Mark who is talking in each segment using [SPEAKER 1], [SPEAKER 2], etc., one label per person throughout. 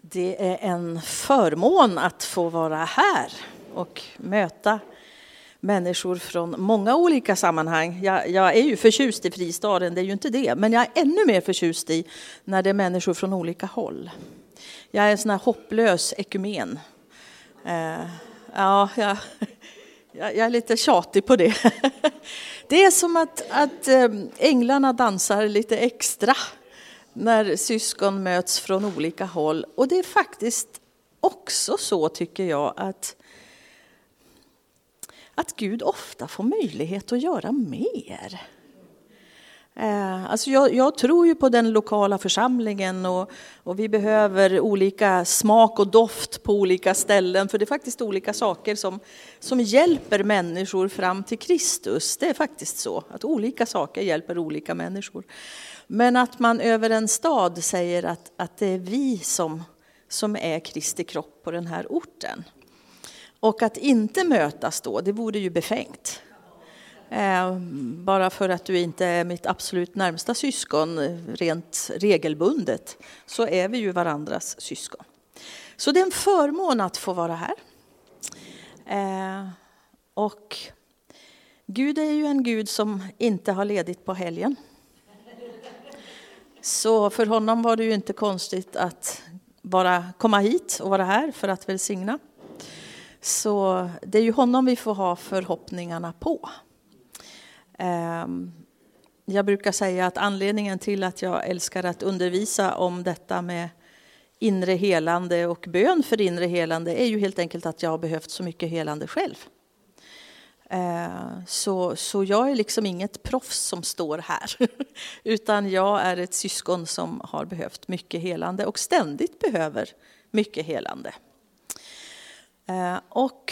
[SPEAKER 1] Det är en förmån att få vara här och möta människor från många olika sammanhang. Jag är ju förtjust i fristaden, det är ju inte det. Men jag är ännu mer förtjust i när det är människor från olika håll. Jag är en sån här hopplös ekumen. Jag är lite tjatig på det. Det är som att änglarna dansar lite extra när syskon möts från olika håll. Och det är faktiskt också så, tycker jag, att Gud ofta får möjlighet att göra mer. Alltså jag tror ju på den lokala församlingen och vi behöver olika smak och doft på olika ställen. För det är faktiskt olika saker som hjälper människor fram till Kristus. Det är faktiskt så att olika saker hjälper olika människor. Men att man över en stad säger att det är vi som är Kristi kropp på den här orten. Och att inte mötas då, det vore ju befängt. Bara för att du inte är mitt absolut närmsta syskon rent regelbundet, så är vi ju varandras syskon. Så det är en förmån att få vara här. Och Gud är ju en Gud som inte har ledigt på helgen. Så för honom var det ju inte konstigt att bara komma hit och vara här för att välsigna. Så det är ju honom vi får ha förhoppningarna på. Jag brukar säga att anledningen till att jag älskar att undervisa om detta med inre helande och bön för inre helande är ju helt enkelt att jag har behövt så mycket helande själv. Så jag är liksom inget proffs som står här, utan jag är ett syskon som har behövt mycket helande och ständigt behöver mycket helande. Och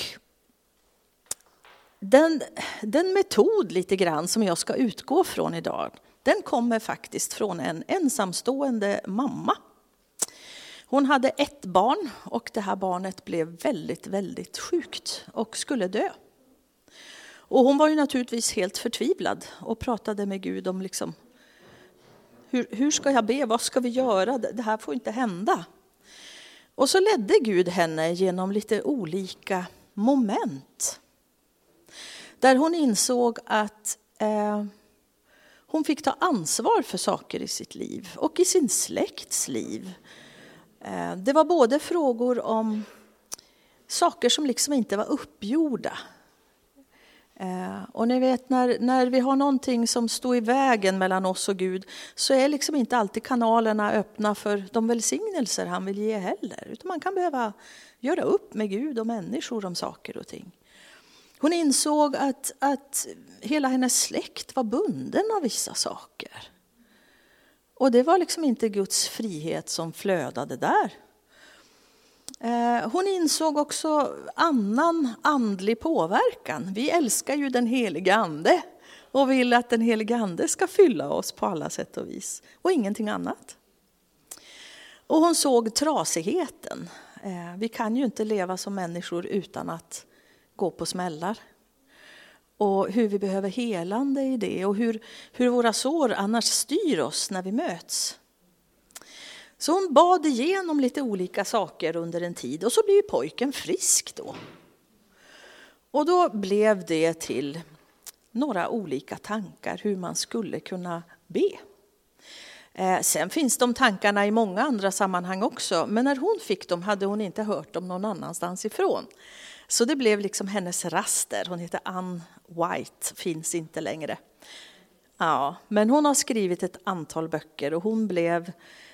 [SPEAKER 1] den metod lite grann som jag ska utgå från idag, den kommer faktiskt från en ensamstående mamma. Hon hade ett barn och det här barnet blev väldigt, väldigt sjukt och skulle dö. Och hon var ju naturligtvis helt förtvivlad och pratade med Gud om liksom, hur ska jag be, vad ska vi göra, det här får inte hända. Och så ledde Gud henne genom lite olika moment. Där hon insåg att hon fick ta ansvar för saker i sitt liv och i sin släkts liv. Det var både frågor om saker som liksom inte var uppgjorda. Och ni vet när vi har någonting som står i vägen mellan oss och Gud, så är liksom inte alltid kanalerna öppna för de välsignelser han vill ge heller. Utan man kan behöva göra upp med Gud och människor om saker och ting. Hon insåg att hela hennes släkt var bunden av vissa saker. Och det var liksom inte Guds frihet som flödade där. Hon insåg också annan andlig påverkan. Vi älskar ju den helige ande och vill att den helige ande ska fylla oss på alla sätt och vis. Och ingenting annat. Och hon såg trasigheten. Vi kan ju inte leva som människor utan att gå på smällar. Och hur vi behöver helande i det. Och hur våra sår annars styr oss när vi möts. Så hon bad igenom lite olika saker under en tid. Och så blev pojken frisk då. Och då blev det till några olika tankar hur man skulle kunna be. Sen finns de tankarna i många andra sammanhang också. Men när hon fick dem hade hon inte hört dem någon annanstans ifrån. Så det blev liksom hennes raster. Hon heter Ann White, finns inte längre. Ja, men hon har skrivit ett antal böcker och hon blev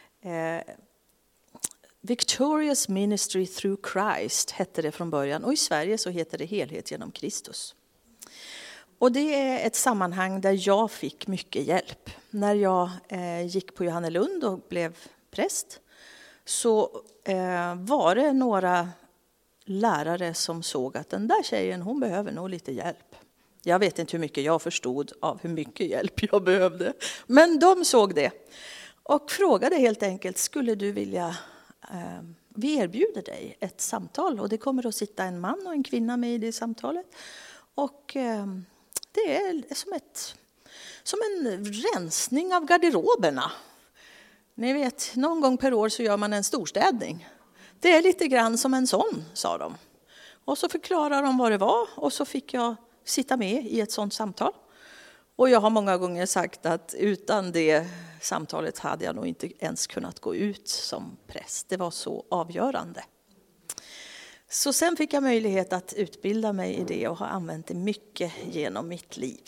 [SPEAKER 1] Victorious Ministry Through Christ hette det från början. Och i Sverige så heter det Helhet genom Kristus. Och det är ett sammanhang där jag fick mycket hjälp. När jag gick på Johannelund och blev präst så var det några lärare som såg att den där tjejen, hon behöver nog lite hjälp. Jag vet inte hur mycket jag förstod av hur mycket hjälp jag behövde. Men de såg det. Och frågade helt enkelt, skulle du vilja, vi erbjuder dig ett samtal. Och det kommer att sitta en man och en kvinna med i det samtalet. Och det är som en rensning av garderoberna. Ni vet, någon gång per år så gör man en storstädning. Det är lite grann som en sån, sa de. Och så förklarade de vad det var och så fick jag sitta med i ett sånt samtal. Och jag har många gånger sagt att utan det samtalet hade jag nog inte ens kunnat gå ut som präst. Det var så avgörande. Så sen fick jag möjlighet att utbilda mig i det och har använt det mycket genom mitt liv.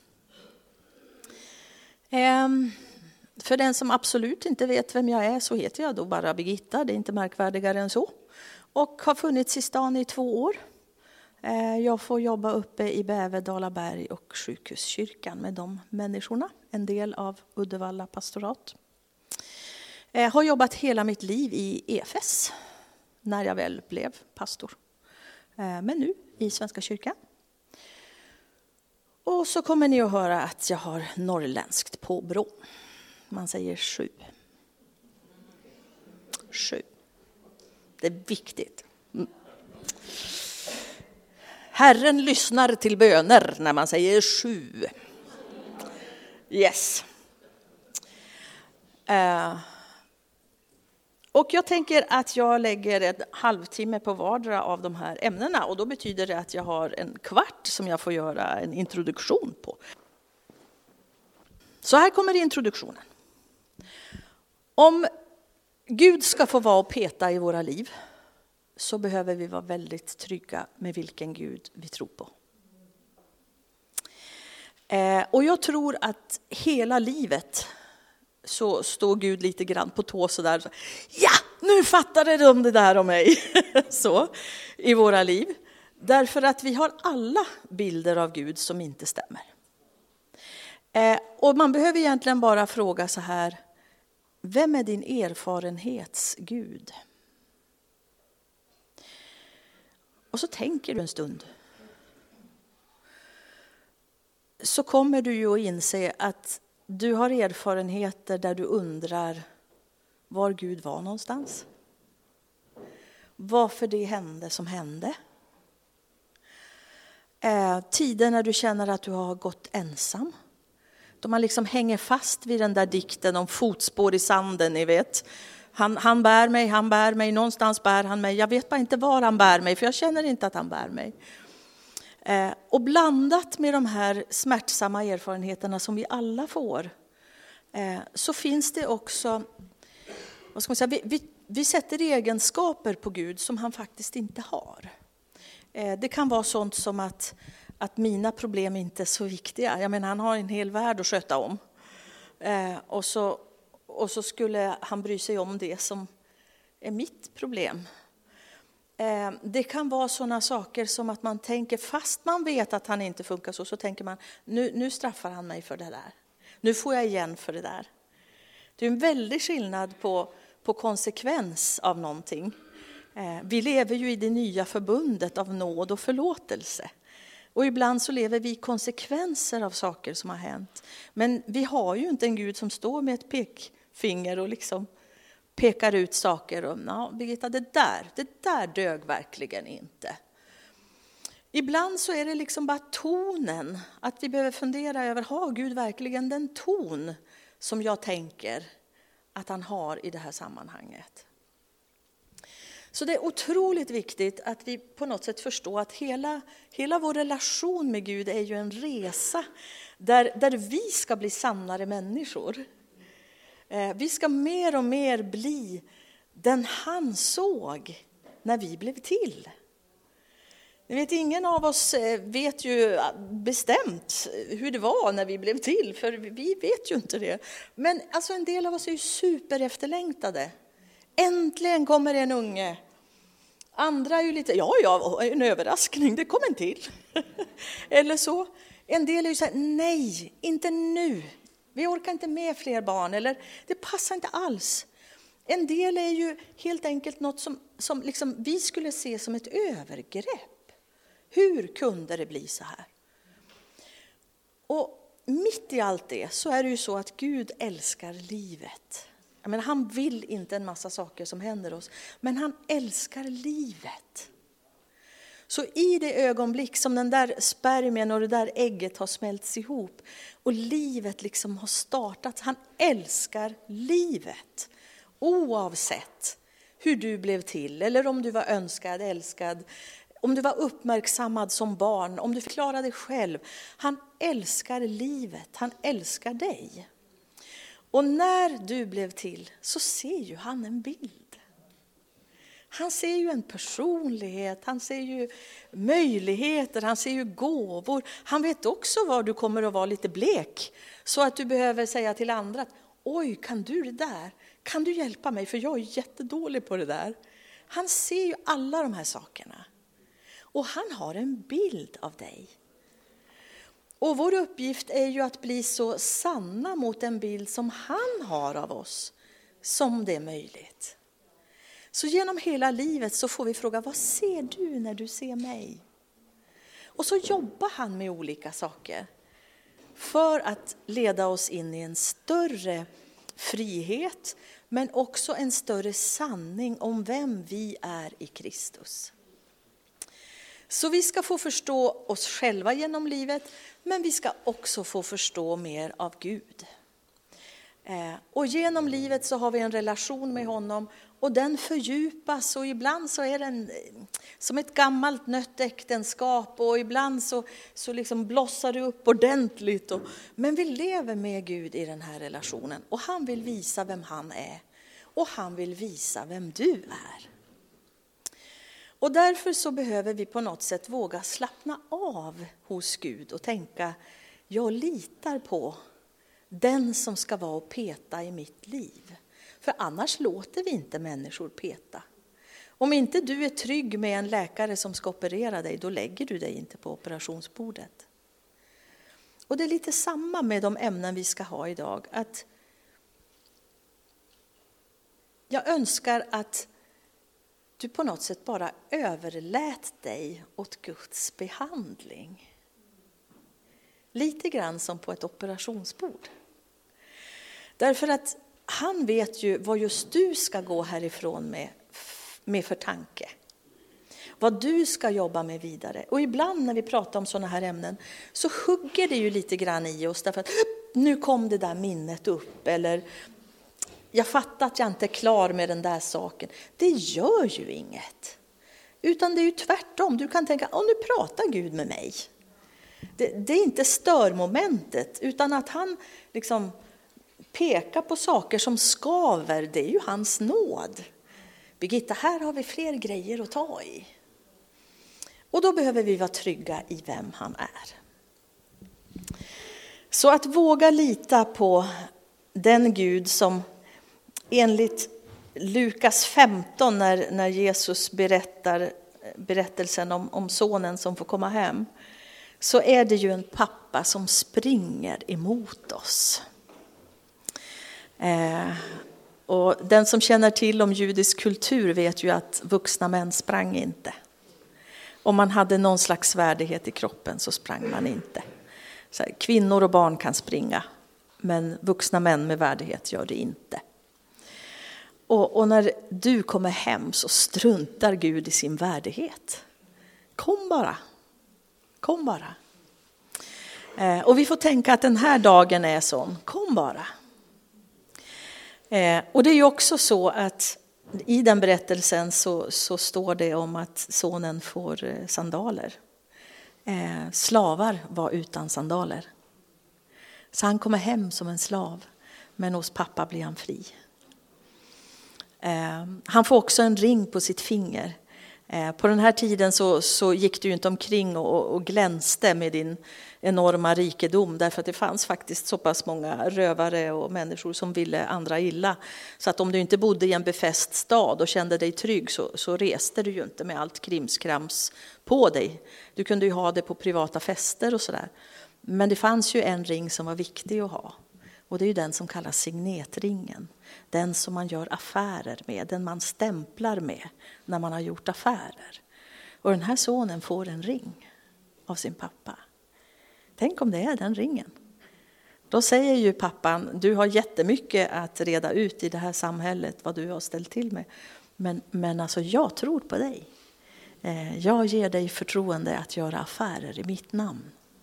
[SPEAKER 1] För den som absolut inte vet vem jag är så heter jag då bara Birgitta. Det är inte märkvärdigare än så. Och har funnits i stan i 2 år. Jag får jobba uppe i Bäverdalaberg och sjukhuskyrkan med de människorna. En del av Uddevalla pastorat. Har jobbat hela mitt liv i EFS när jag väl blev pastor. Men nu i Svenska kyrkan. Och så kommer ni att höra att jag har norrländskt påbrå. Man säger 7. 7. Det är viktigt. Herren lyssnar till böner när man säger 7. Yes. Och jag tänker att jag lägger en halvtimme på vardera av de här ämnena. Och då betyder det att jag har en kvart som jag får göra en introduktion på. Så här kommer introduktionen. Om Gud ska få vara och peta i våra liv så behöver vi vara väldigt trygga med vilken Gud vi tror på. Och jag tror att hela livet så står Gud lite grann på tå så där. Ja, nu fattade de det där om mig. Så i våra liv. Därför att vi har alla bilder av Gud som inte stämmer. Och man behöver egentligen bara fråga så här. Vem är din erfarenhets Gud? Och så tänker du en stund. Så kommer du ju att inse att du har erfarenheter där du undrar var Gud var någonstans. Varför det hände som hände. Tider när du känner att du har gått ensam. Då man liksom hänger fast vid den där dikten om fotspår i sanden, ni vet. Han bär mig, någonstans bär han mig. Jag vet bara inte var han bär mig, för jag känner inte att han bär mig. Och blandat med de här smärtsamma erfarenheterna som vi alla får, så finns det också, vad ska man säga, vi sätter egenskaper på Gud som han faktiskt inte har. Det kan vara sånt som att mina problem inte är så viktiga. Jag menar, han har en hel värld att sköta om. Och så skulle han bry sig om det som är mitt problem. Det kan vara sådana saker som att man tänker, fast man vet att han inte funkar så tänker man, nu straffar han mig för det där. Nu får jag igen för det där. Det är en väldig skillnad på konsekvens av någonting. Vi lever ju i det nya förbundet av nåd och förlåtelse. Och ibland så lever vi i konsekvenser av saker som har hänt. Men vi har ju inte en Gud som står med ett pekfinger och liksom pekar ut saker. Och, Birgitta, det där dög verkligen inte. Ibland så är det liksom bara tonen. Att vi behöver fundera över, har Gud verkligen den ton som jag tänker att han har i det här sammanhanget? Så det är otroligt viktigt att vi på något sätt förstår att hela vår relation med Gud är ju en resa där vi ska bli sannare människor. Vi ska mer och mer bli den han såg när vi blev till. Ni vet, ingen av oss vet ju bestämt hur det var när vi blev till, för vi vet ju inte det. Men alltså en del av oss är ju super efterlängtade. Äntligen kommer en unge. Andra är ju lite, en överraskning, det kom en till. Eller så. En del är ju så här, nej, inte nu. Vi orkar inte med fler barn, eller det passar inte alls. En del är ju helt enkelt något som liksom vi skulle se som ett övergrepp. Hur kunde det bli så här? Och mitt i allt det så är det ju så att Gud älskar livet. Jag menar, han vill inte en massa saker som händer oss, men han älskar livet. Så i det ögonblick som den där spermien och det där ägget har smälts ihop och livet liksom har startat, han älskar livet oavsett hur du blev till, eller om du var önskad, älskad, om du var uppmärksammad som barn, om du förklarar dig själv. Han älskar livet, han älskar dig. Och när du blev till så ser ju han en bild. Han ser ju en personlighet, han ser ju möjligheter, han ser ju gåvor. Han vet också var du kommer att vara lite blek. Så att du behöver säga till andra att oj, kan du det där? Kan du hjälpa mig? För jag är jättedålig på det där. Han ser ju alla de här sakerna. Och han har en bild av dig. Och vår uppgift är ju att bli så sanna mot en bild som han har av oss som det är möjligt. Så genom hela livet så får vi fråga, vad ser du när du ser mig? Och så jobbar han med olika saker för att leda oss in i en större frihet, men också en större sanning om vem vi är i Kristus. Så vi ska få förstå oss själva genom livet, men vi ska också få förstå mer av Gud. Och genom livet så har vi en relation med honom och den fördjupas, och ibland så är den som ett gammalt nött äktenskap och ibland så liksom blossar det upp ordentligt. Men vi lever med Gud i den här relationen och han vill visa vem han är och han vill visa vem du är. Och därför så behöver vi på något sätt våga slappna av hos Gud och tänka, jag litar på den som ska vara och peta i mitt liv. För annars låter vi inte människor peta. Om inte du är trygg med en läkare som ska operera dig, då lägger du dig inte på operationsbordet. Och det är lite samma med de ämnen vi ska ha idag. Att jag önskar att du på något sätt bara överlät dig åt Guds behandling. Lite grann som på ett operationsbord. Därför att han vet ju vad just du ska gå härifrån med för tanke. Vad du ska jobba med vidare. Och ibland när vi pratar om sådana här ämnen så hugger det ju lite grann i oss. Därför att nu kom det där minnet upp. Eller jag fattar att jag inte är klar med den där saken. Det gör ju inget. Utan det är ju tvärtom. Du kan tänka, nu pratar Gud med mig. Det är inte störmomentet, utan att han liksom pekar på saker som skaver. Det är ju hans nåd. Birgitta, här har vi fler grejer att ta i. Och då behöver vi vara trygga i vem han är. Så att våga lita på den Gud som enligt Lukas 15, när Jesus berättar berättelsen om sonen som får komma hem, så är det ju en pappa som springer emot oss. Och den som känner till om judisk kultur vet ju att vuxna män sprang inte. Om man hade någon slags värdighet i kroppen så sprang man inte. Så här, kvinnor och barn kan springa, men vuxna män med värdighet gör det inte. Och när du kommer hem så struntar Gud i sin värdighet. Kom bara. Kom bara. Och vi får tänka att den här dagen är sån. Kom bara. Och det är ju också så att i den berättelsen så står det om att sonen får sandaler. Slavar var utan sandaler. Så han kommer hem som en slav, men hos pappa blir han fri. Han får också en ring på sitt finger. På den här tiden så gick du inte omkring och glänste med din enorma rikedom, därför att det fanns faktiskt så pass många rövare och människor som ville andra illa. Så att om du inte bodde i en befäst stad och kände dig trygg så reste du ju inte med allt krimskrams på dig. Du kunde ju ha det på privata fester och sådär. Men det fanns ju en ring som var viktig att ha. Och det är ju den som kallas signetringen. Den som man gör affärer med, den man stämplar med när man har gjort affärer. Och den här sonen får en ring av sin pappa. Tänk om det är den ringen. Då säger ju pappan, du har jättemycket att reda ut i det här samhället, vad du har ställt till med. Men alltså jag tror på dig. Jag ger dig förtroende att göra affärer i mitt namn.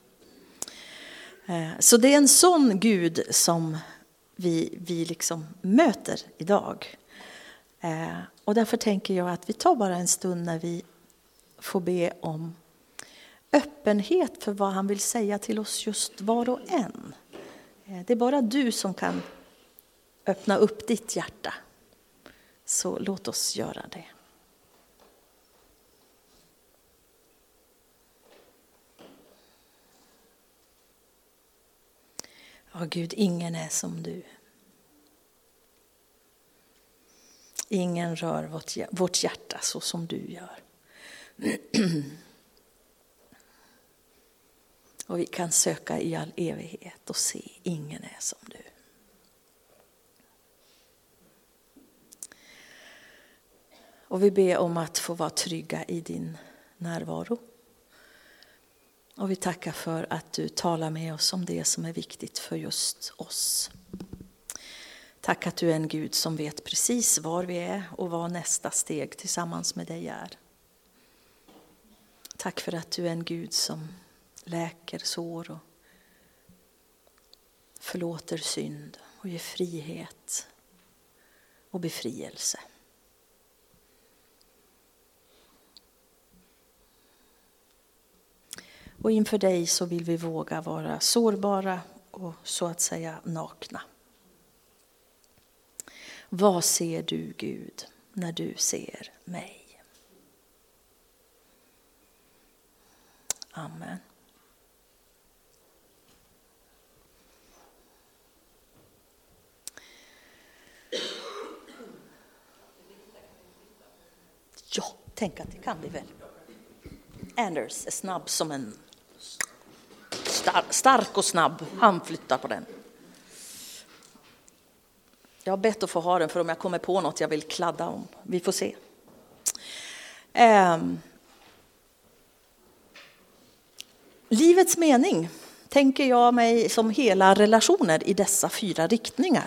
[SPEAKER 1] Så det är en sån Gud som vi liksom möter idag. Och därför tänker jag att vi tar bara en stund när vi får be om öppenhet för vad han vill säga till oss just var och en. Det är bara du som kan öppna upp ditt hjärta. Så låt oss göra det. Ja, Gud, ingen är som du. Ingen rör vårt hjärta så som du gör. Och vi kan söka i all evighet och se, ingen är som du. Och vi ber om att få vara trygga i din närvaro. Och vi tackar för att du talar med oss om det som är viktigt för just oss. Tack att du är en Gud som vet precis var vi är och vad nästa steg tillsammans med dig är. Tack för att du är en Gud som läker sår och förlåter synd och ger frihet och befrielse. Och inför dig så vill vi våga vara sårbara och så att säga nakna. Vad ser du, Gud, när du ser mig? Amen. Ja, tänk att det kan vi väl. Anders är snabb som en stark och snabb. Han flyttar på den. Jag har bett att få ha den för om jag kommer på något jag vill kladda om. Vi får se. Livets mening tänker jag mig som hela relationer i dessa 4 riktningar.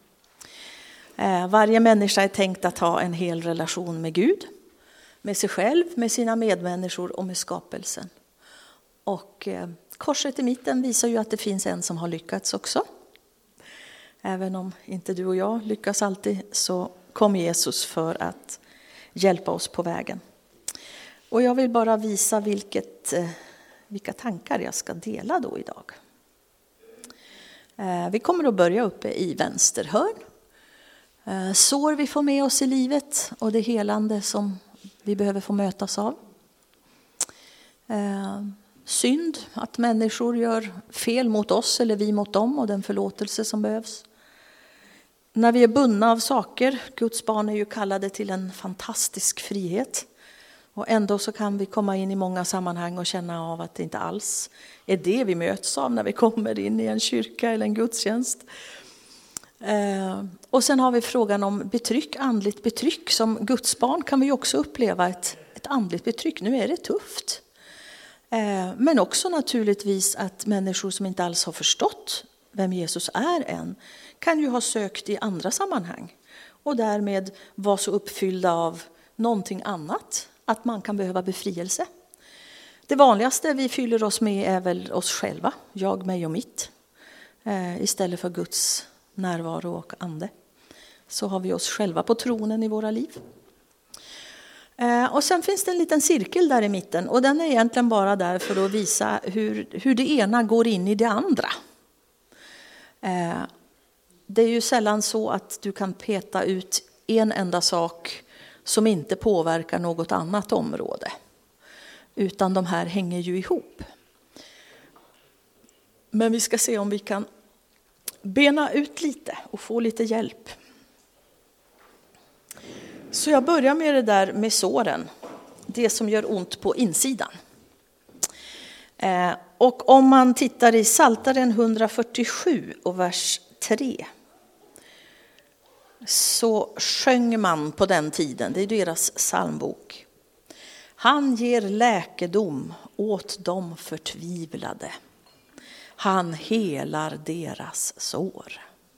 [SPEAKER 1] Varje människa är tänkt att ha en hel relation med Gud, med sig själv, med sina medmänniskor och med skapelsen. Och korset i mitten visar ju att det finns en som har lyckats också. Även om inte du och jag lyckas alltid så kom Jesus för att hjälpa oss på vägen. Och jag vill bara visa vilka tankar jag ska dela då idag. Vi kommer att börja uppe i vänster hörn. Sår vi får med oss i livet och det helande som vi behöver få mötas av. Synd, att människor gör fel mot oss eller vi mot dem och den förlåtelse som behövs. När vi är bundna av saker, Guds barn är ju kallade till en fantastisk frihet. Och ändå så kan vi komma in i många sammanhang och känna av att det inte alls är det vi möts av när vi kommer in i en kyrka eller en gudstjänst. Och sen har vi frågan om betryck, andligt betryck. Som Guds barn kan vi också uppleva ett andligt betryck. Nu är det tufft. Men också naturligtvis att människor som inte alls har förstått vem Jesus är än kan ju ha sökt i andra sammanhang. Och därmed vara så uppfyllda av någonting annat. Att man kan behöva befrielse. Det vanligaste vi fyller oss med är väl oss själva. Jag, mig och mitt. Istället för Guds närvaro och ande. Så har vi oss själva på tronen i våra liv. Och sen finns det en liten cirkel där i mitten. Och den är egentligen bara där för att visa hur det ena går in i det andra. Det är ju sällan så att du kan peta ut en enda sak som inte påverkar något annat område. Utan de här hänger ju ihop. Men vi ska se om vi kan bena ut lite och få lite hjälp. Så jag börjar med det där med såren. Det som gör ont på insidan. Och om man tittar i Psaltaren 147 och vers 3. Så sjöng man på den tiden, det är deras psalmbok. Han ger läkedom åt de förtvivlade. Han helar deras sår.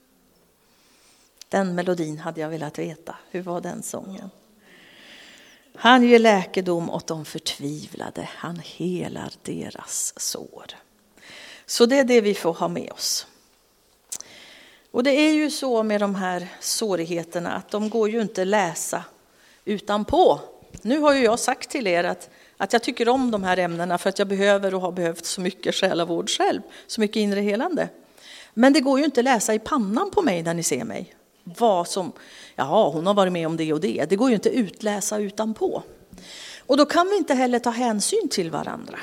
[SPEAKER 1] Den melodin hade jag velat veta. Hur var den sången? Han ger läkedom åt de förtvivlade. Han helar deras sår. Så det är det vi får ha med oss. Och det är ju så med de här svårigheterna att de går ju inte läsa utanpå. Nu har ju jag sagt till er att jag tycker om de här ämnena för att jag behöver och har behövt så mycket själavård själv, så mycket inre helande. Men det går ju inte läsa i pannan på mig när ni ser mig. Vad som, ja, hon har varit med om det och det. Det går ju inte utläsa utanpå. Och då kan vi inte heller ta hänsyn till varandra.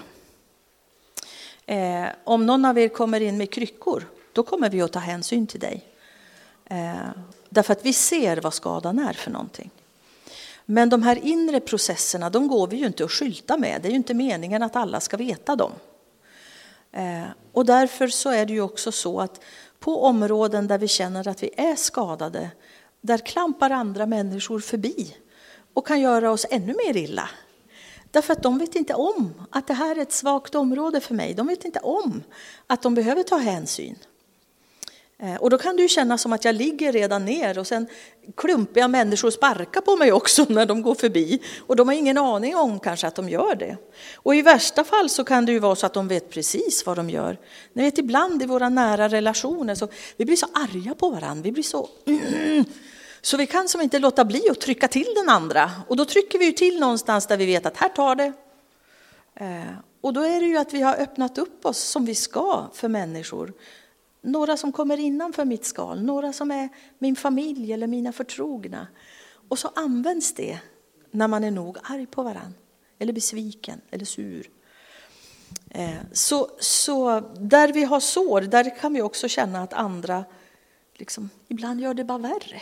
[SPEAKER 1] Om någon av er kommer in med kryckor, då kommer vi att ta hänsyn till dig. Därför att vi ser vad skadan är för någonting. Men de här inre processerna, de går vi ju inte att skylta med. Det är ju inte meningen att alla ska veta dem. Och därför så är det ju också så att på områden där vi känner att vi är skadade, där klampar andra människor förbi och kan göra oss ännu mer illa. Därför att de vet inte om att det här är ett svagt område för mig. De vet inte om att de behöver ta hänsyn. Och då kan det ju kännas som att jag ligger redan ner och sen klumpiga människor sparkar på mig också när de går förbi. Och de har ingen aning om kanske att de gör det. Och i värsta fall så kan det ju vara så att de vet precis vad de gör. Ni vet, ibland i våra nära relationer så vi blir så arga på varandra. Vi blir så... Så vi kan som inte låta bli att trycka till den andra. Och då trycker vi ju till någonstans där vi vet att här tar det. Och då är det ju att vi har öppnat upp oss som vi ska för människor. Några som kommer innanför mitt skal. Några som är min familj eller mina förtrogna. Och så används det när man är nog arg på varandra. Eller besviken eller sur. Så där vi har sår, där kan vi också känna att andra liksom, ibland gör det bara värre.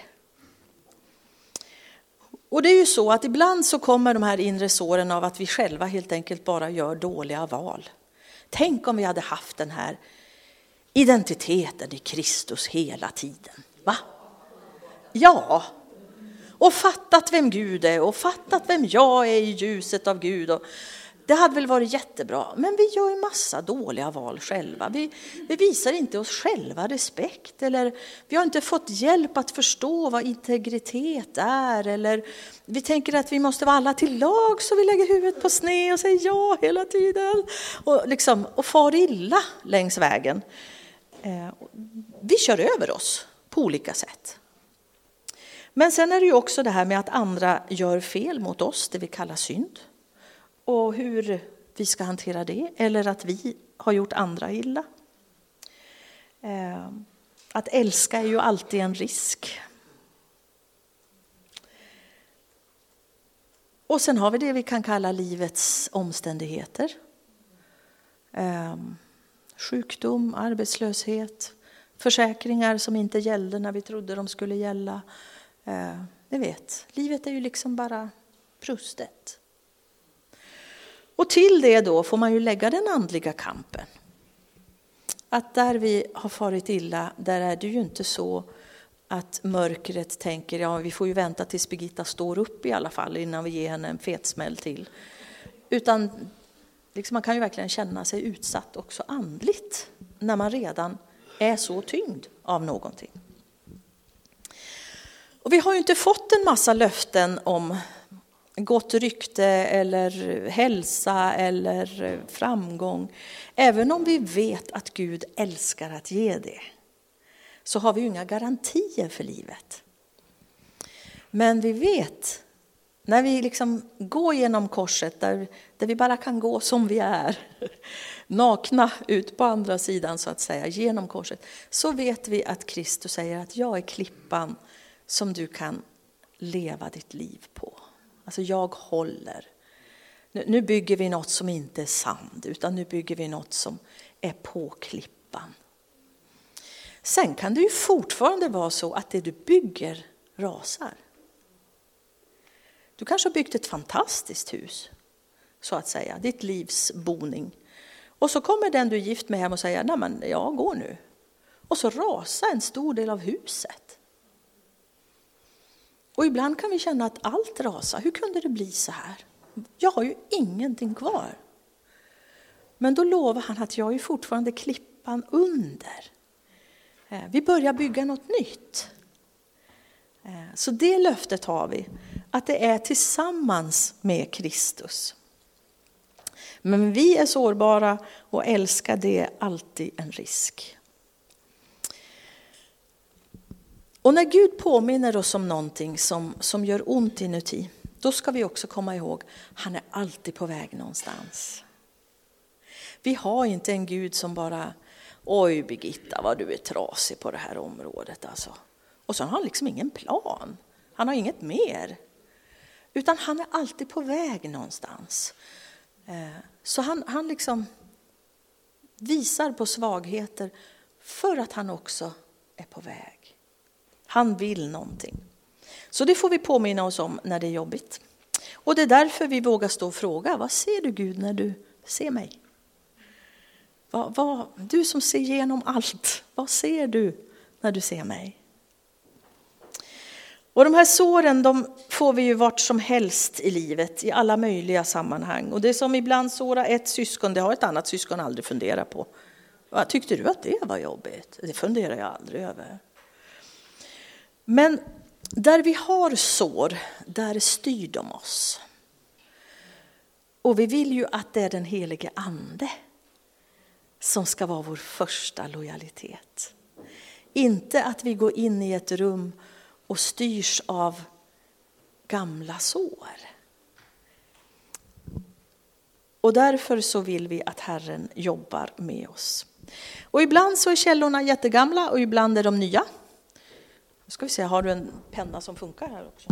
[SPEAKER 1] Och det är ju så att ibland så kommer de här inre såren av att vi själva helt enkelt bara gör dåliga val. Tänk om vi hade haft den här identiteten i Kristus hela tiden. Va? Ja. Och fattat vem Gud är och fattat vem jag är i ljuset av Gud. Och det hade väl varit jättebra. Men vi gör en massa dåliga val själva. Vi visar inte oss själva respekt. Eller vi har inte fått hjälp att förstå vad integritet är. Eller vi tänker att vi måste vara alla till lag så vi lägger huvudet på sned och säger ja hela tiden. Och far illa längs vägen. Vi kör över oss på olika sätt. Men sen är det ju också det här med att andra gör fel mot oss, det vi kallar synd. Och hur vi ska hantera det. Eller att vi har gjort andra illa. Att älska är ju alltid en risk. Och sen har vi det vi kan kalla livets omständigheter. Sjukdom, arbetslöshet, försäkringar som inte gällde när vi trodde de skulle gälla. Ni vet, livet är ju liksom bara brustet. Och till det då får man ju lägga den andliga kampen. Att där vi har farit illa, där är det ju inte så att mörkret tänker, ja vi får ju vänta tills Birgitta står upp i alla fall innan vi ger henne en fetsmäll till. Utan liksom man kan ju verkligen känna sig utsatt också andligt när man redan är så tyngd av någonting. Och vi har ju inte fått en massa löften om gott rykte eller hälsa eller framgång. Även om vi vet att Gud älskar att ge det, så har vi ju inga garantier för livet. Men vi vet, när vi liksom går genom korset där vi bara kan gå som vi är, nakna ut på andra sidan så att säga, genom korset, så vet vi att Kristus säger att jag är klippan som du kan leva ditt liv på. Alltså jag håller. Nu bygger vi något som inte är sand, utan nu bygger vi något som är på klippan. Sen kan det ju fortfarande vara så att det du bygger rasar. Du kanske har byggt ett fantastiskt hus, så att säga, ditt livs boning. Och så kommer den du är gift med hem och säger, nej men jag går nu. Och så rasar en stor del av huset. Och ibland kan vi känna att allt rasar. Hur kunde det bli så här? Jag har ju ingenting kvar. Men då lovar han att jag är fortfarande klippan under. Vi börjar bygga något nytt. Så det löftet har vi. Att det är tillsammans med Kristus. Men vi är sårbara och älskar det alltid en risk. Och när Gud påminner oss om någonting som gör ont inuti, då ska vi också komma ihåg, han är alltid på väg någonstans. Vi har inte en Gud som bara, oj Birgitta vad du är trasig på det här området alltså. Och så har han liksom ingen plan, han har inget mer. Utan han är alltid på väg någonstans. Så han liksom visar på svagheter för att han också är på väg. Han vill någonting. Så det får vi påminna oss om när det är jobbigt. Och det är därför vi vågar stå och fråga, vad ser du Gud när du ser mig? Du som ser igenom allt, vad ser du när du ser mig? Och de här såren, de får vi ju vart som helst i livet, i alla möjliga sammanhang. Och det som ibland sårar ett syskon, det har ett annat syskon aldrig funderat på. Tyckte du att det var jobbigt? Det funderar jag aldrig över. Men där vi har sår, där styr de oss. Och vi vill ju att det är den helige ande som ska vara vår första lojalitet. Inte att vi går in i ett rum och styrs av gamla sår. Och därför så vill vi att Herren jobbar med oss. Och ibland så är källorna jättegamla och ibland är de nya. Nu ska vi se, har du en penna som funkar här också?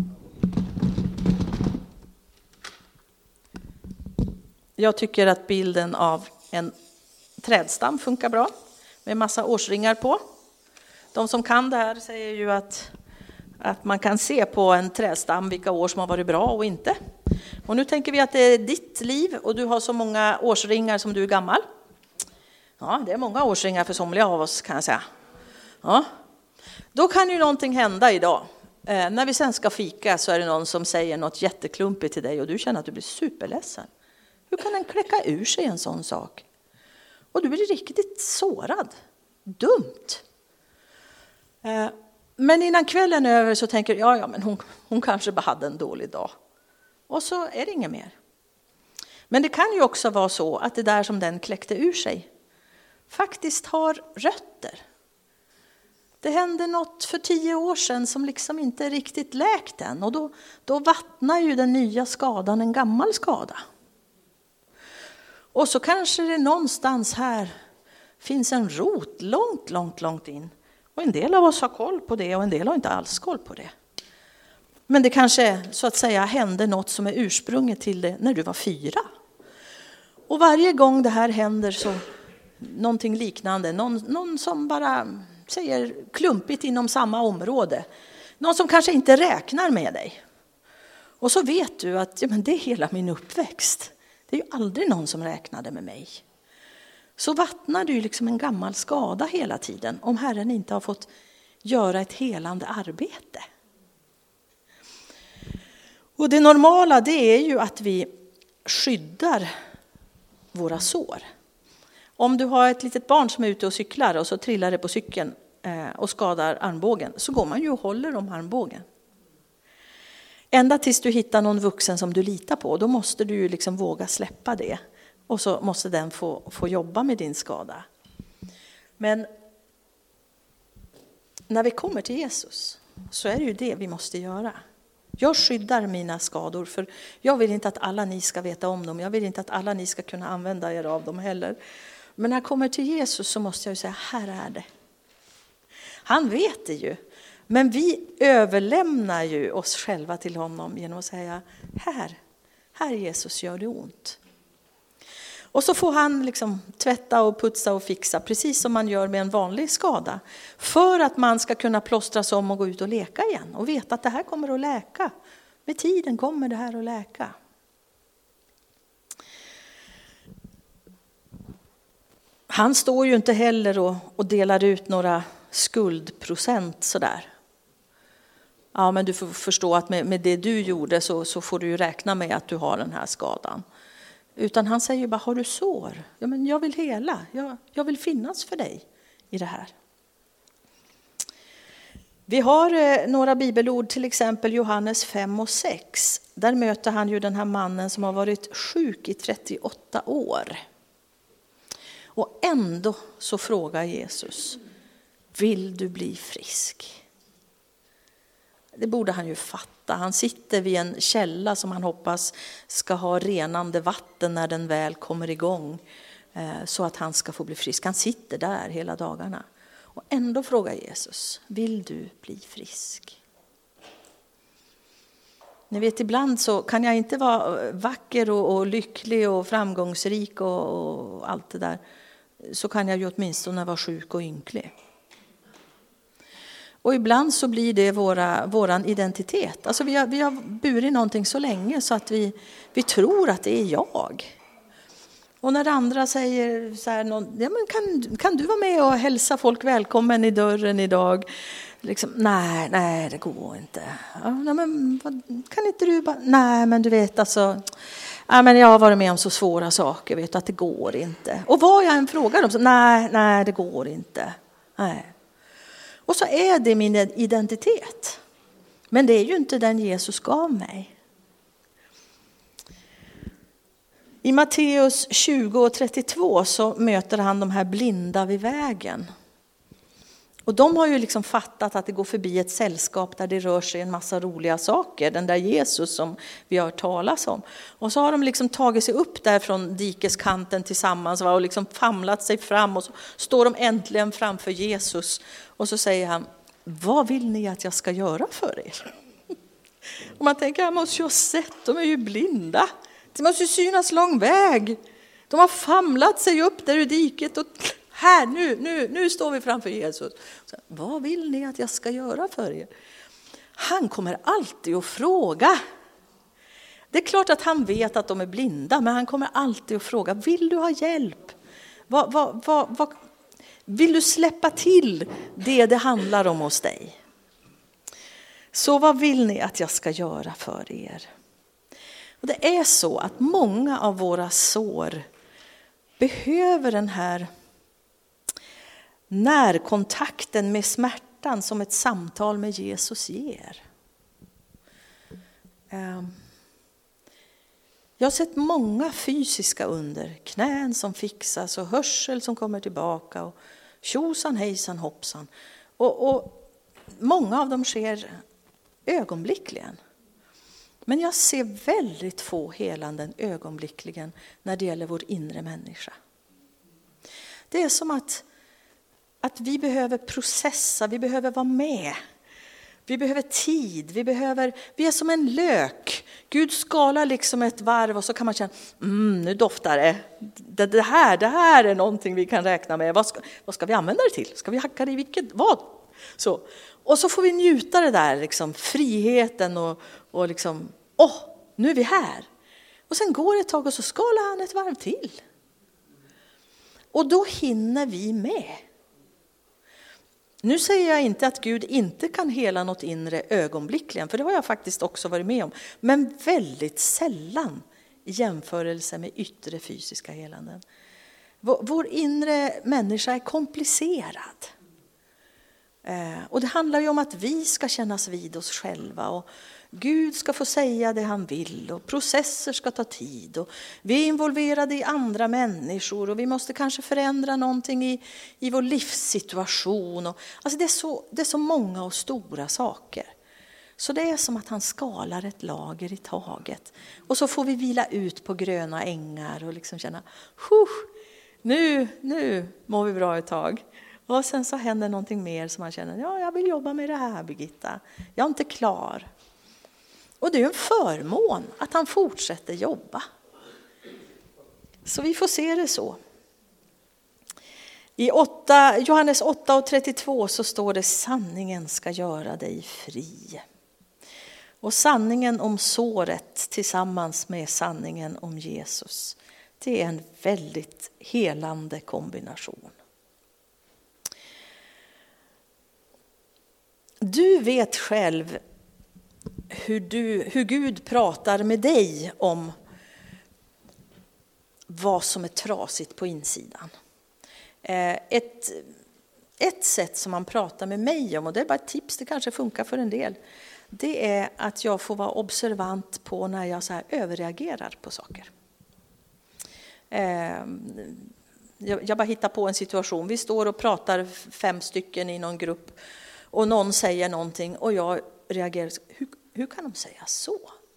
[SPEAKER 1] Jag tycker att bilden av en trädstam funkar bra med massa årsringar på. De som kan det här säger ju att man kan se på en trädstam vilka år som har varit bra och inte. Och nu tänker vi att det är ditt liv och du har så många årsringar som du är gammal. Ja, det är många årsringar för somliga av oss kan jag säga. Ja. Då kan ju någonting hända idag. När vi sen ska fika så är det någon som säger något jätteklumpigt till dig och du känner att du blir superledsen. Hur kan den kläcka ur sig en sån sak? Och du blir riktigt sårad. Dumt. Men innan kvällen är över så tänker jag, ja men hon kanske bara hade en dålig dag. Och så är det inget mer. Men det kan ju också vara så att det där som den kläckte ur sig faktiskt har rötter. Det hände något för 10 år sedan som liksom inte riktigt läkt än. Och då vattnar ju den nya skadan en gammal skada. Och så kanske det någonstans här finns en rot långt in. Och en del av oss har koll på det och en del har inte alls koll på det. Men det kanske så att säga hände något som är ursprunget till det när du var 4. Och varje gång det här händer så någonting liknande, någon som bara säger klumpigt inom samma område. Någon som kanske inte räknar med dig. Och så vet du att men det är hela min uppväxt. Det är ju aldrig någon som räknade med mig. Så vattnar du liksom en gammal skada hela tiden om Herren inte har fått göra ett helande arbete. Och det normala det är ju att vi skyddar våra sår. Om du har ett litet barn som är ute och cyklar och så trillar det på cykeln och skadar armbågen så går man ju och håller om armbågen. Ända tills du hittar någon vuxen som du litar på, då måste du ju liksom våga släppa det. Och så måste den få jobba med din skada. Men när vi kommer till Jesus så är det ju det vi måste göra. Jag skyddar mina skador för jag vill inte att alla ni ska veta om dem. Jag vill inte att alla ni ska kunna använda er av dem heller. Men när jag kommer till Jesus så måste jag ju säga, här är det. Han vet det ju. Men vi överlämnar ju oss själva till honom genom att säga, här Jesus gör det ont. Och så får han liksom tvätta och putsa och fixa, precis som man gör med en vanlig skada. För att man ska kunna plåstras om och gå ut och leka igen. Och veta att det här kommer att läka. Med tiden kommer det här att läka. Han står ju inte heller och delar ut några skuldprocent sådär. Ja, men du får förstå att med det du gjorde så får du ju räkna med att du har den här skadan. Utan han säger bara, har du sår? Ja, men jag vill hela. Jag vill finnas för dig i det här. Vi har några bibelord, till exempel Johannes 5 och 6. Där möter han ju den här mannen som har varit sjuk i 38 år. Och ändå så frågar Jesus, vill du bli frisk? Det borde han ju fatta. Han sitter vid en källa som han hoppas ska ha renande vatten när den väl kommer igång. Så att han ska få bli frisk. Han sitter där hela dagarna. Och ändå frågar Jesus, vill du bli frisk? Ni vet, ibland så kan jag inte vara vacker och lycklig och framgångsrik och allt det där. Så kan jag ju åtminstone vara sjuk och ynklig. Och ibland så blir det våran identitet. Alltså vi har burit någonting så länge så att vi tror att det är jag. Och när andra säger så här, ja, men kan du vara med och hälsa folk välkommen i dörren idag? Liksom, nej, det går inte. Ja, men kan inte du bara, nej men du vet alltså, ja, men jag har varit med om så svåra saker, vet du, att det går inte. Och vad jag än frågar dem så, nej det går inte. Nej. Och så är det min identitet. Men det är ju inte den Jesus gav mig. I Matteus 20:32 så möter han de här blinda vid vägen. Och de har ju liksom fattat att det går förbi ett sällskap där det rör sig en massa roliga saker. Den där Jesus som vi har hört talas om. Och så har de liksom tagit sig upp där från dikeskanten tillsammans och liksom famlat sig fram. Och så står de äntligen framför Jesus. Och så säger han, vad vill ni att jag ska göra för er? Och man tänker, jag måste ju ha sett, de är ju blinda. Det måste ju synas lång väg. De har famlat sig upp där i diket och här, nu står vi framför Jesus. Så, vad vill ni att jag ska göra för er? Han kommer alltid att fråga. Det är klart att han vet att de är blinda, men han kommer alltid att fråga, vill du ha hjälp? Vill du släppa till det handlar om hos dig? Så vad vill ni att jag ska göra för er? Och det är så att många av våra sår behöver den här närkontakten med smärtan som ett samtal med Jesus ger. Jag har sett många fysiska under. Knän som fixas och hörsel som kommer tillbaka. Och tjosan, hejsan, hoppsan. Och många av dem sker ögonblickligen. Men jag ser väldigt få helanden ögonblickligen när det gäller vår inre människa. Det är som att vi behöver processa, vi behöver vara med. Vi behöver tid, vi är som en lök. Gud skalar liksom ett varv och så kan man känna, nu doftar det. Det här är någonting vi kan räkna med. Vad ska vi använda det till? Ska vi hacka det i vad? Så. Och så får vi njuta det där, liksom, friheten och liksom, nu är vi här. Och sen går det ett tag och så skalar han ett varv till. Och då hinner vi med. Nu säger jag inte att Gud inte kan hela något inre ögonblickligen, för det har jag faktiskt också varit med om. Men väldigt sällan i jämförelse med yttre fysiska helanden. Vår inre människa är komplicerad. Och det handlar ju om att vi ska kännas vid oss själva och Gud ska få säga det han vill och processer ska ta tid och vi är involverade i andra människor och vi måste kanske förändra någonting i vår livssituation. Alltså det är så många och stora saker. Så det är som att han skalar ett lager i taget och så får vi vila ut på gröna ängar och liksom känna, nu mår vi bra ett tag. Och sen så händer någonting mer som man känner, jag vill jobba med det här, Birgitta. Jag är inte klar. Och det är en förmån att han fortsätter jobba. Så vi får se det så. I Johannes 8:32 så står det, sanningen ska göra dig fri. Och sanningen om såret tillsammans med sanningen om Jesus, det är en väldigt helande kombination. Du vet själv hur Gud pratar med dig om vad som är trasigt på insidan. Ett sätt som man pratar med mig om, och det är bara ett tips, det kanske funkar för en del, det är att jag får vara observant på när jag så här överreagerar på saker. Jag bara hittar på en situation. Vi står och pratar 5 stycken i någon grupp och någon säger någonting och jag reagerar, hur kan de säga så?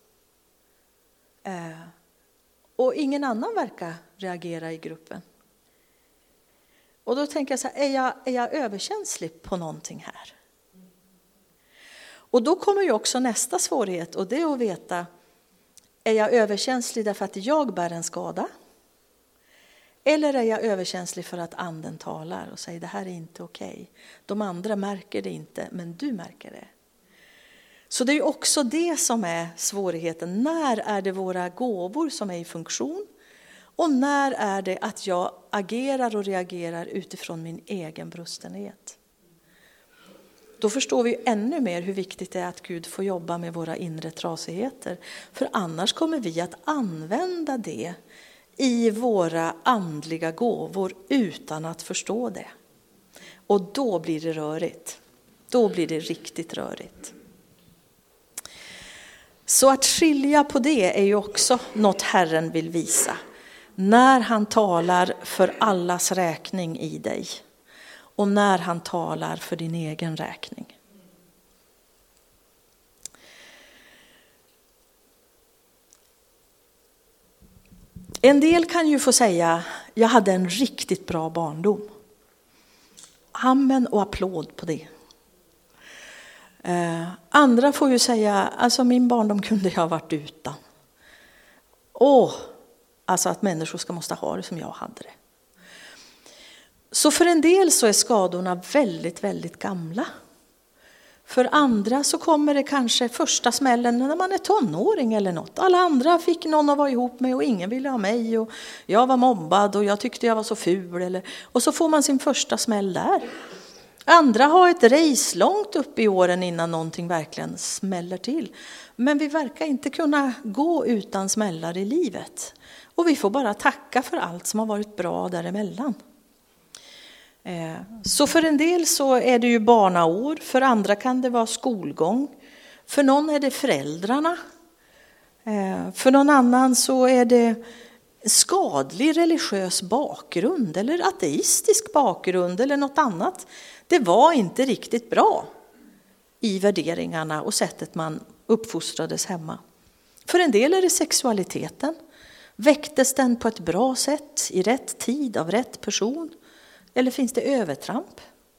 [SPEAKER 1] Och ingen annan verkar reagera i gruppen. Och då tänker jag så här, är jag överkänslig på någonting här? Och då kommer ju också nästa svårighet, och det är att veta, är jag överkänslig därför att jag bär en skada? Eller är jag överkänslig för att anden talar och säger det här är inte okej. De andra märker det inte, men du märker det. Så det är också det som är svårigheten. När är det våra gåvor som är i funktion? Och när är det att jag agerar och reagerar utifrån min egen brustenhet? Då förstår vi ännu mer hur viktigt det är att Gud får jobba med våra inre trasigheter. För annars kommer vi att använda det i våra andliga gåvor utan att förstå det. Och då blir det rörigt. Då blir det riktigt rörigt. Så att skilja på det är ju också något Herren vill visa. När han talar för allas räkning i dig. Och när han talar för din egen räkning. En del kan ju få säga, jag hade en riktigt bra barndom. Amen och applåd på det. Andra får ju säga, alltså min barndom kunde jag ha varit utan. Alltså att människor måste ha det som jag hade det. Så för en del så är skadorna väldigt, väldigt gamla. För andra så kommer det kanske första smällen när man är tonåring eller något. Alla andra fick någon att vara ihop med och ingen ville ha mig. Och jag var mobbad och jag tyckte jag var så ful. Och så får man sin första smäll där. Andra har ett race långt upp i åren innan någonting verkligen smäller till. Men vi verkar inte kunna gå utan smällar i livet. Och vi får bara tacka för allt som har varit bra däremellan. Så för en del så är det ju barnaår, för andra kan det vara skolgång. För någon är det föräldrarna. För någon annan så är det skadlig religiös bakgrund eller ateistisk bakgrund eller något annat. Det var inte riktigt bra i värderingarna och sättet man uppfostrades hemma. För en del är det sexualiteten. Väcktes den på ett bra sätt, i rätt tid, av rätt person? Eller finns det övertramp?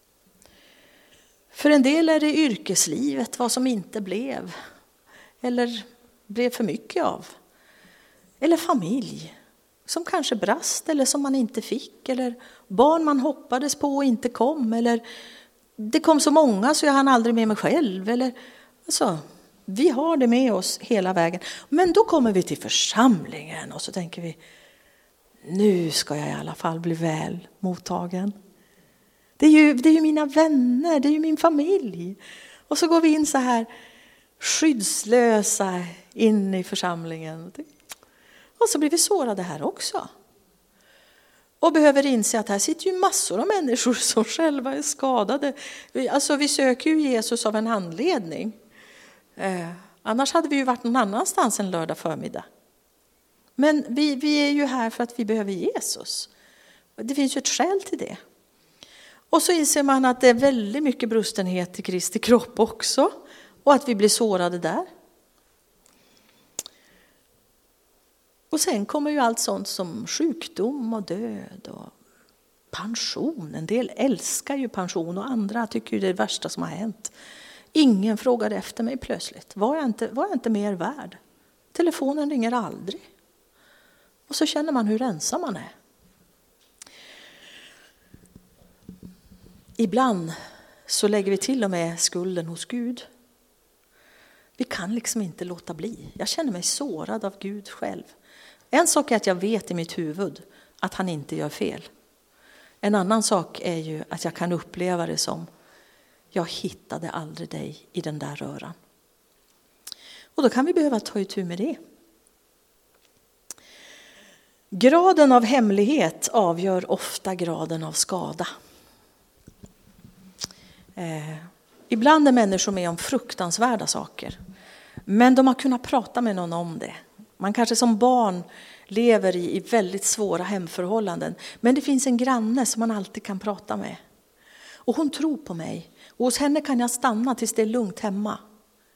[SPEAKER 1] För en del är det yrkeslivet, vad som inte blev. Eller blev för mycket av. Eller familj, som kanske brast eller som man inte fick. Eller barn man hoppades på och inte kom. Eller det kom så många så jag hann aldrig med mig själv. Eller, alltså, vi har det med oss hela vägen. Men då kommer vi till församlingen och så tänker vi, nu ska jag i alla fall bli väl mottagen. Det är ju mina vänner, det är ju min familj. Och så går vi in så här skyddslösa in i församlingen. Och så blir vi sårade här också. Och behöver inse att här sitter ju massor av människor som själva är skadade. Alltså vi söker ju Jesus av en anledning. Annars hade vi ju varit någon annanstans en lördag förmiddag. Men vi är ju här för att vi behöver Jesus. Det finns ju ett skäl till det. Och så inser man att det är väldigt mycket brustenhet i Kristi kropp också. Och att vi blir sårade där. Och sen kommer ju allt sånt som sjukdom och död och pension. En del älskar ju pension och andra tycker ju det är det värsta som har hänt. Ingen frågade efter mig plötsligt. Var jag inte mer värd? Telefonen ringer aldrig. Och så känner man hur ensam man är. Ibland så lägger vi till och med skulden hos Gud. Vi kan liksom inte låta bli. Jag känner mig sårad av Gud själv. En sak är att jag vet i mitt huvud att han inte gör fel. En annan sak är ju att jag kan uppleva det som jag hittade aldrig dig i den där röran. Och då kan vi behöva ta itu med det. Graden av hemlighet avgör ofta graden av skada. Ibland är människor med om fruktansvärda saker. Men de har kunnat prata med någon om det. Man kanske som barn lever i väldigt svåra hemförhållanden. Men det finns en granne som man alltid kan prata med. Och hon tror på mig. Och hos henne kan jag stanna tills det är lugnt hemma.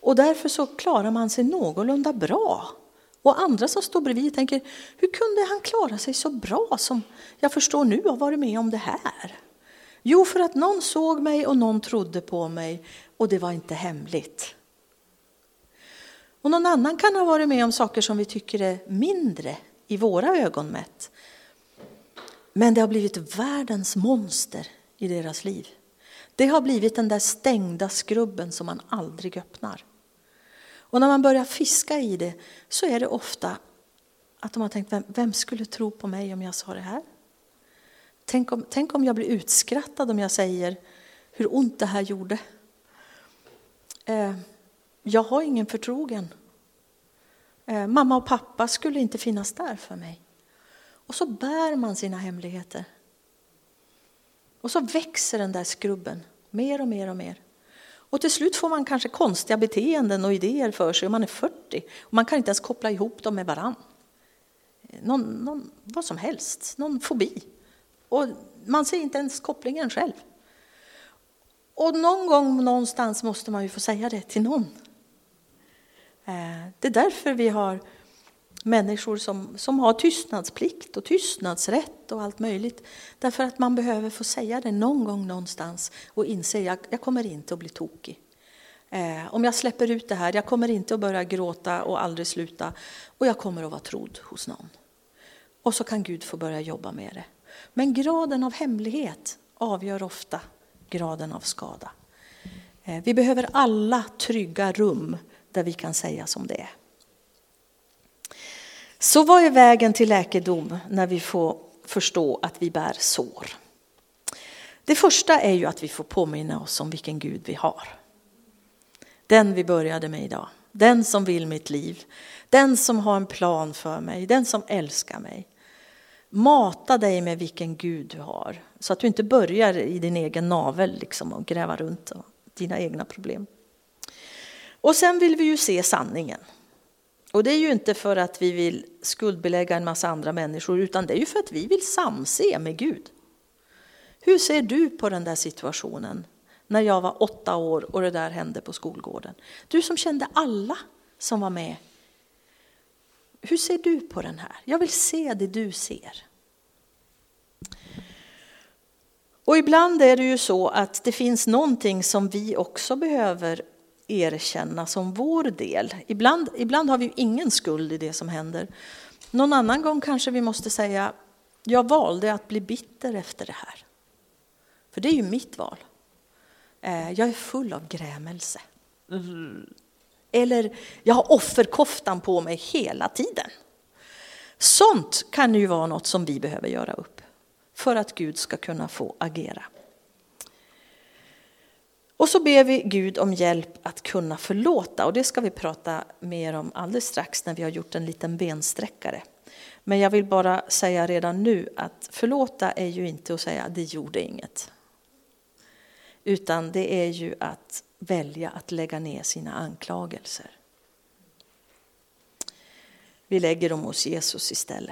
[SPEAKER 1] Och därför så klarar man sig någorlunda bra. Och andra som står bredvid tänker, hur kunde han klara sig så bra som jag förstår nu har varit med om det här? Jo, för att någon såg mig och någon trodde på mig och det var inte hemligt. Och någon annan kan ha varit med om saker som vi tycker är mindre i våra ögon mätt. Men det har blivit världens monster i deras liv. Det har blivit den där stängda skrubben som man aldrig öppnar. Och när man börjar fiska i det så är det ofta att de har tänkt, vem skulle tro på mig om jag sa det här? Tänk om jag blir utskrattad om jag säger hur ont det här gjorde. Jag har ingen förtrogen. Mamma och pappa skulle inte finnas där för mig. Och så bär man sina hemligheter. Och så växer den där skrubben mer och mer och mer. Och till slut får man kanske konstiga beteenden och idéer för sig. Och man är 40 och man kan inte ens koppla ihop dem med varann. Vad som helst, någon fobi. Och man ser inte ens kopplingen själv. Och någon gång någonstans måste man ju få säga det till någon. Det är därför vi har människor som har tystnadsplikt och tystnadsrätt och allt möjligt. Därför att man behöver få säga det någon gång någonstans och inse att jag kommer inte att bli tokig. Om jag släpper ut det här, jag kommer inte att börja gråta och aldrig sluta. Och jag kommer att vara trodd hos någon. Och så kan Gud få börja jobba med det. Men graden av hemlighet avgör ofta graden av skada. Vi behöver alla trygga rum där vi kan säga som det är. Så vad är vägen till läkedom när vi får förstå att vi bär sår? Det första är ju att vi får påminna oss om vilken Gud vi har. Den vi började med idag. Den som vill mitt liv. Den som har en plan för mig. Den som älskar mig. Mata dig med vilken Gud du har. Så att du inte börjar i din egen navel liksom, och gräva runt och dina egna problem. Och sen vill vi ju se sanningen. Och det är ju inte för att vi vill skuldbelägga en massa andra människor. Utan det är ju för att vi vill samse med Gud. Hur ser du på den där situationen? När jag var 8 år och det där hände på skolgården. Du som kände alla som var med. Hur ser du på den här? Jag vill se det du ser. Och ibland är det ju så att det finns någonting som vi också behöver erkänna som vår del. Ibland har vi ju ingen skuld i det som händer. Någon annan gång kanske vi måste säga, jag valde att bli bitter efter det här. För det är ju mitt val. Jag är full av grämelse. Eller jag har offerkoftan på mig hela tiden. Sånt kan ju vara något som vi behöver göra upp. För att Gud ska kunna få agera. Och så ber vi Gud om hjälp att kunna förlåta. Och det ska vi prata mer om alldeles strax när vi har gjort en liten bensträckare. Men jag vill bara säga redan nu att förlåta är ju inte att säga det gjorde inget. Utan det är ju att välja att lägga ner sina anklagelser. Vi lägger dem hos Jesus istället.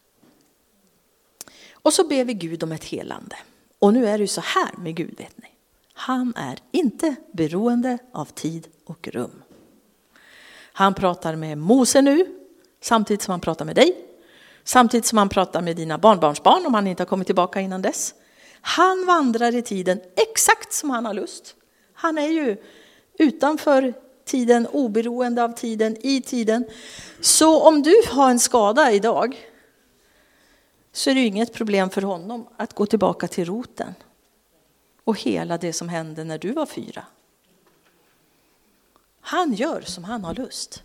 [SPEAKER 1] Och så ber vi Gud om ett helande. Och nu är det ju så här med Gud, vet ni. Han är inte beroende av tid och rum. Han pratar med Mose nu, samtidigt som han pratar med dig. Samtidigt som han pratar med dina barnbarnsbarn, om han inte har kommit tillbaka innan dess. Han vandrar i tiden exakt som han har lust. Han är ju utanför tiden, oberoende av tiden, i tiden. Så om du har en skada idag så är det inget problem för honom att gå tillbaka till roten. Och hela det som hände när du var 4. Han gör som han har lust.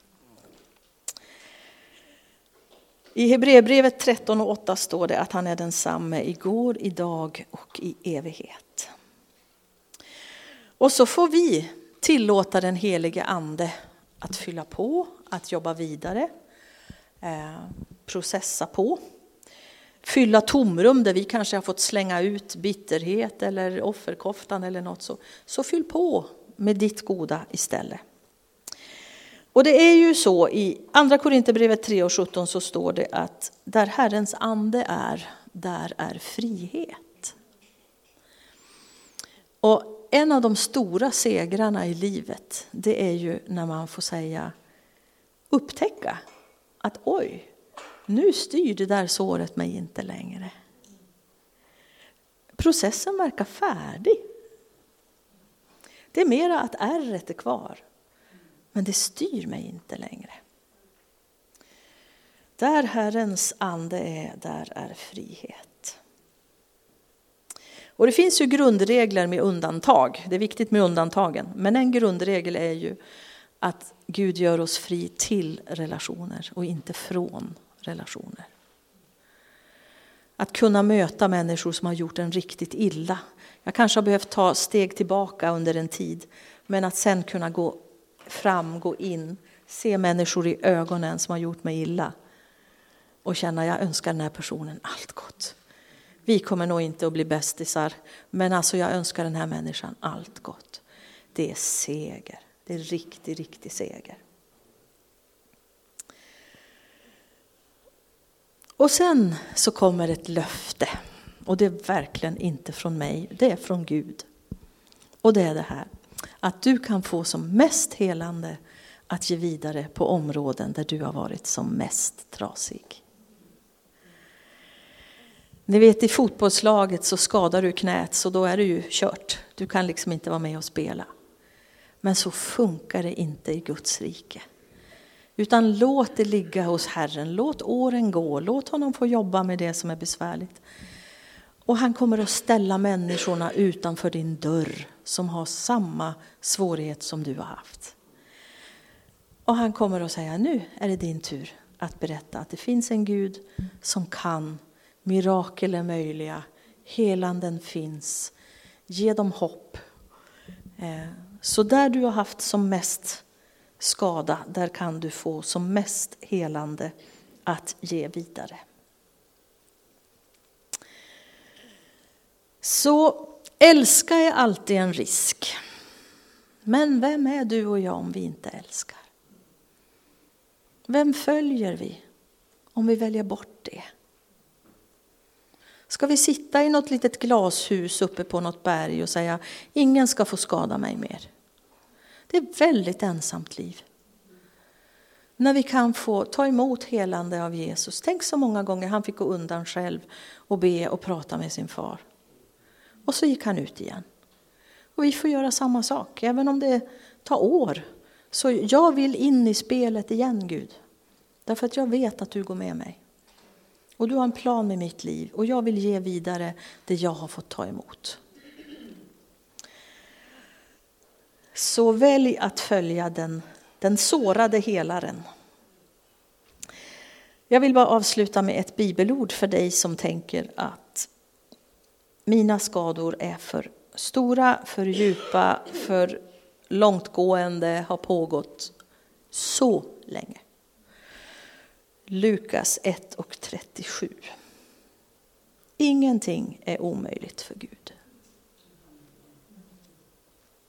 [SPEAKER 1] I Hebreerbrevet 13:8 står det att han är densamme igår, idag och i evighet. Och så får vi tillåta den helige ande att fylla på, att jobba vidare, processa på. Fylla tomrum där vi kanske har fått slänga ut bitterhet eller offerkoftan eller något så fyll på med ditt goda istället. Och det är ju så i andra Korinthierbrevet 3:17 så står det att där Herrens ande är, där är frihet. Och en av de stora segrarna i livet, det är ju när man får upptäcka att oj, nu styr det där såret mig inte längre. Processen verkar färdig. Det är mera att ärret är kvar. Men det styr mig inte längre. Där Herrens ande är, där är frihet. Och det finns ju grundregler med undantag. Det är viktigt med undantagen. Men en grundregel är ju att Gud gör oss fri till relationer och inte från relationer. Att kunna möta människor som har gjort en riktigt illa. Jag kanske har behövt ta steg tillbaka under en tid. Men att sen kunna gå fram, gå in, se människor i ögonen som har gjort mig illa. Och känna, jag önskar den här personen allt gott. Vi kommer nog inte att bli bästisar. Men alltså jag önskar den här människan allt gott. Det är seger. Det är riktig seger. Och sen så kommer ett löfte. Och det är verkligen inte från mig. Det är från Gud. Och det är det här. Att du kan få som mest helande att ge vidare på områden där du har varit som mest trasig. Ni vet, i fotbollslaget så skadar du knät, så då är det ju kört. Du kan liksom inte vara med och spela. Men så funkar det inte i Guds rike. Utan låt det ligga hos Herren. Låt åren gå. Låt honom få jobba med det som är besvärligt. Och han kommer att ställa människorna utanför din dörr som har samma svårighet som du har haft. Och han kommer att säga, nu är det din tur att berätta att det finns en Gud som kan. Mirakel är möjliga. Helanden finns. Ge dem hopp. Så där du har haft som mest skada, där kan du få som mest helande att ge vidare. Så älska är alltid en risk. Men vem är du och jag om vi inte älskar? Vem följer vi om vi väljer bort det? Ska vi sitta i något litet glashus uppe på något berg och säga, ingen ska få skada mig mer? Det är ett väldigt ensamt liv. När vi kan få ta emot helande av Jesus. Tänk så många gånger han fick gå undan själv och be och prata med sin far. Och så gick han ut igen. Och vi får göra samma sak, även om det tar år. Så jag vill in i spelet igen, Gud. Därför att jag vet att du går med mig. Och du har en plan med mitt liv. Och jag vill ge vidare det jag har fått ta emot. Så välj att följa den sårade helaren. Jag vill bara avsluta med ett bibelord för dig som tänker att mina skador är för stora, för djupa, för långtgående, har pågått så länge. Lukas 1:37. Ingenting är omöjligt för Gud.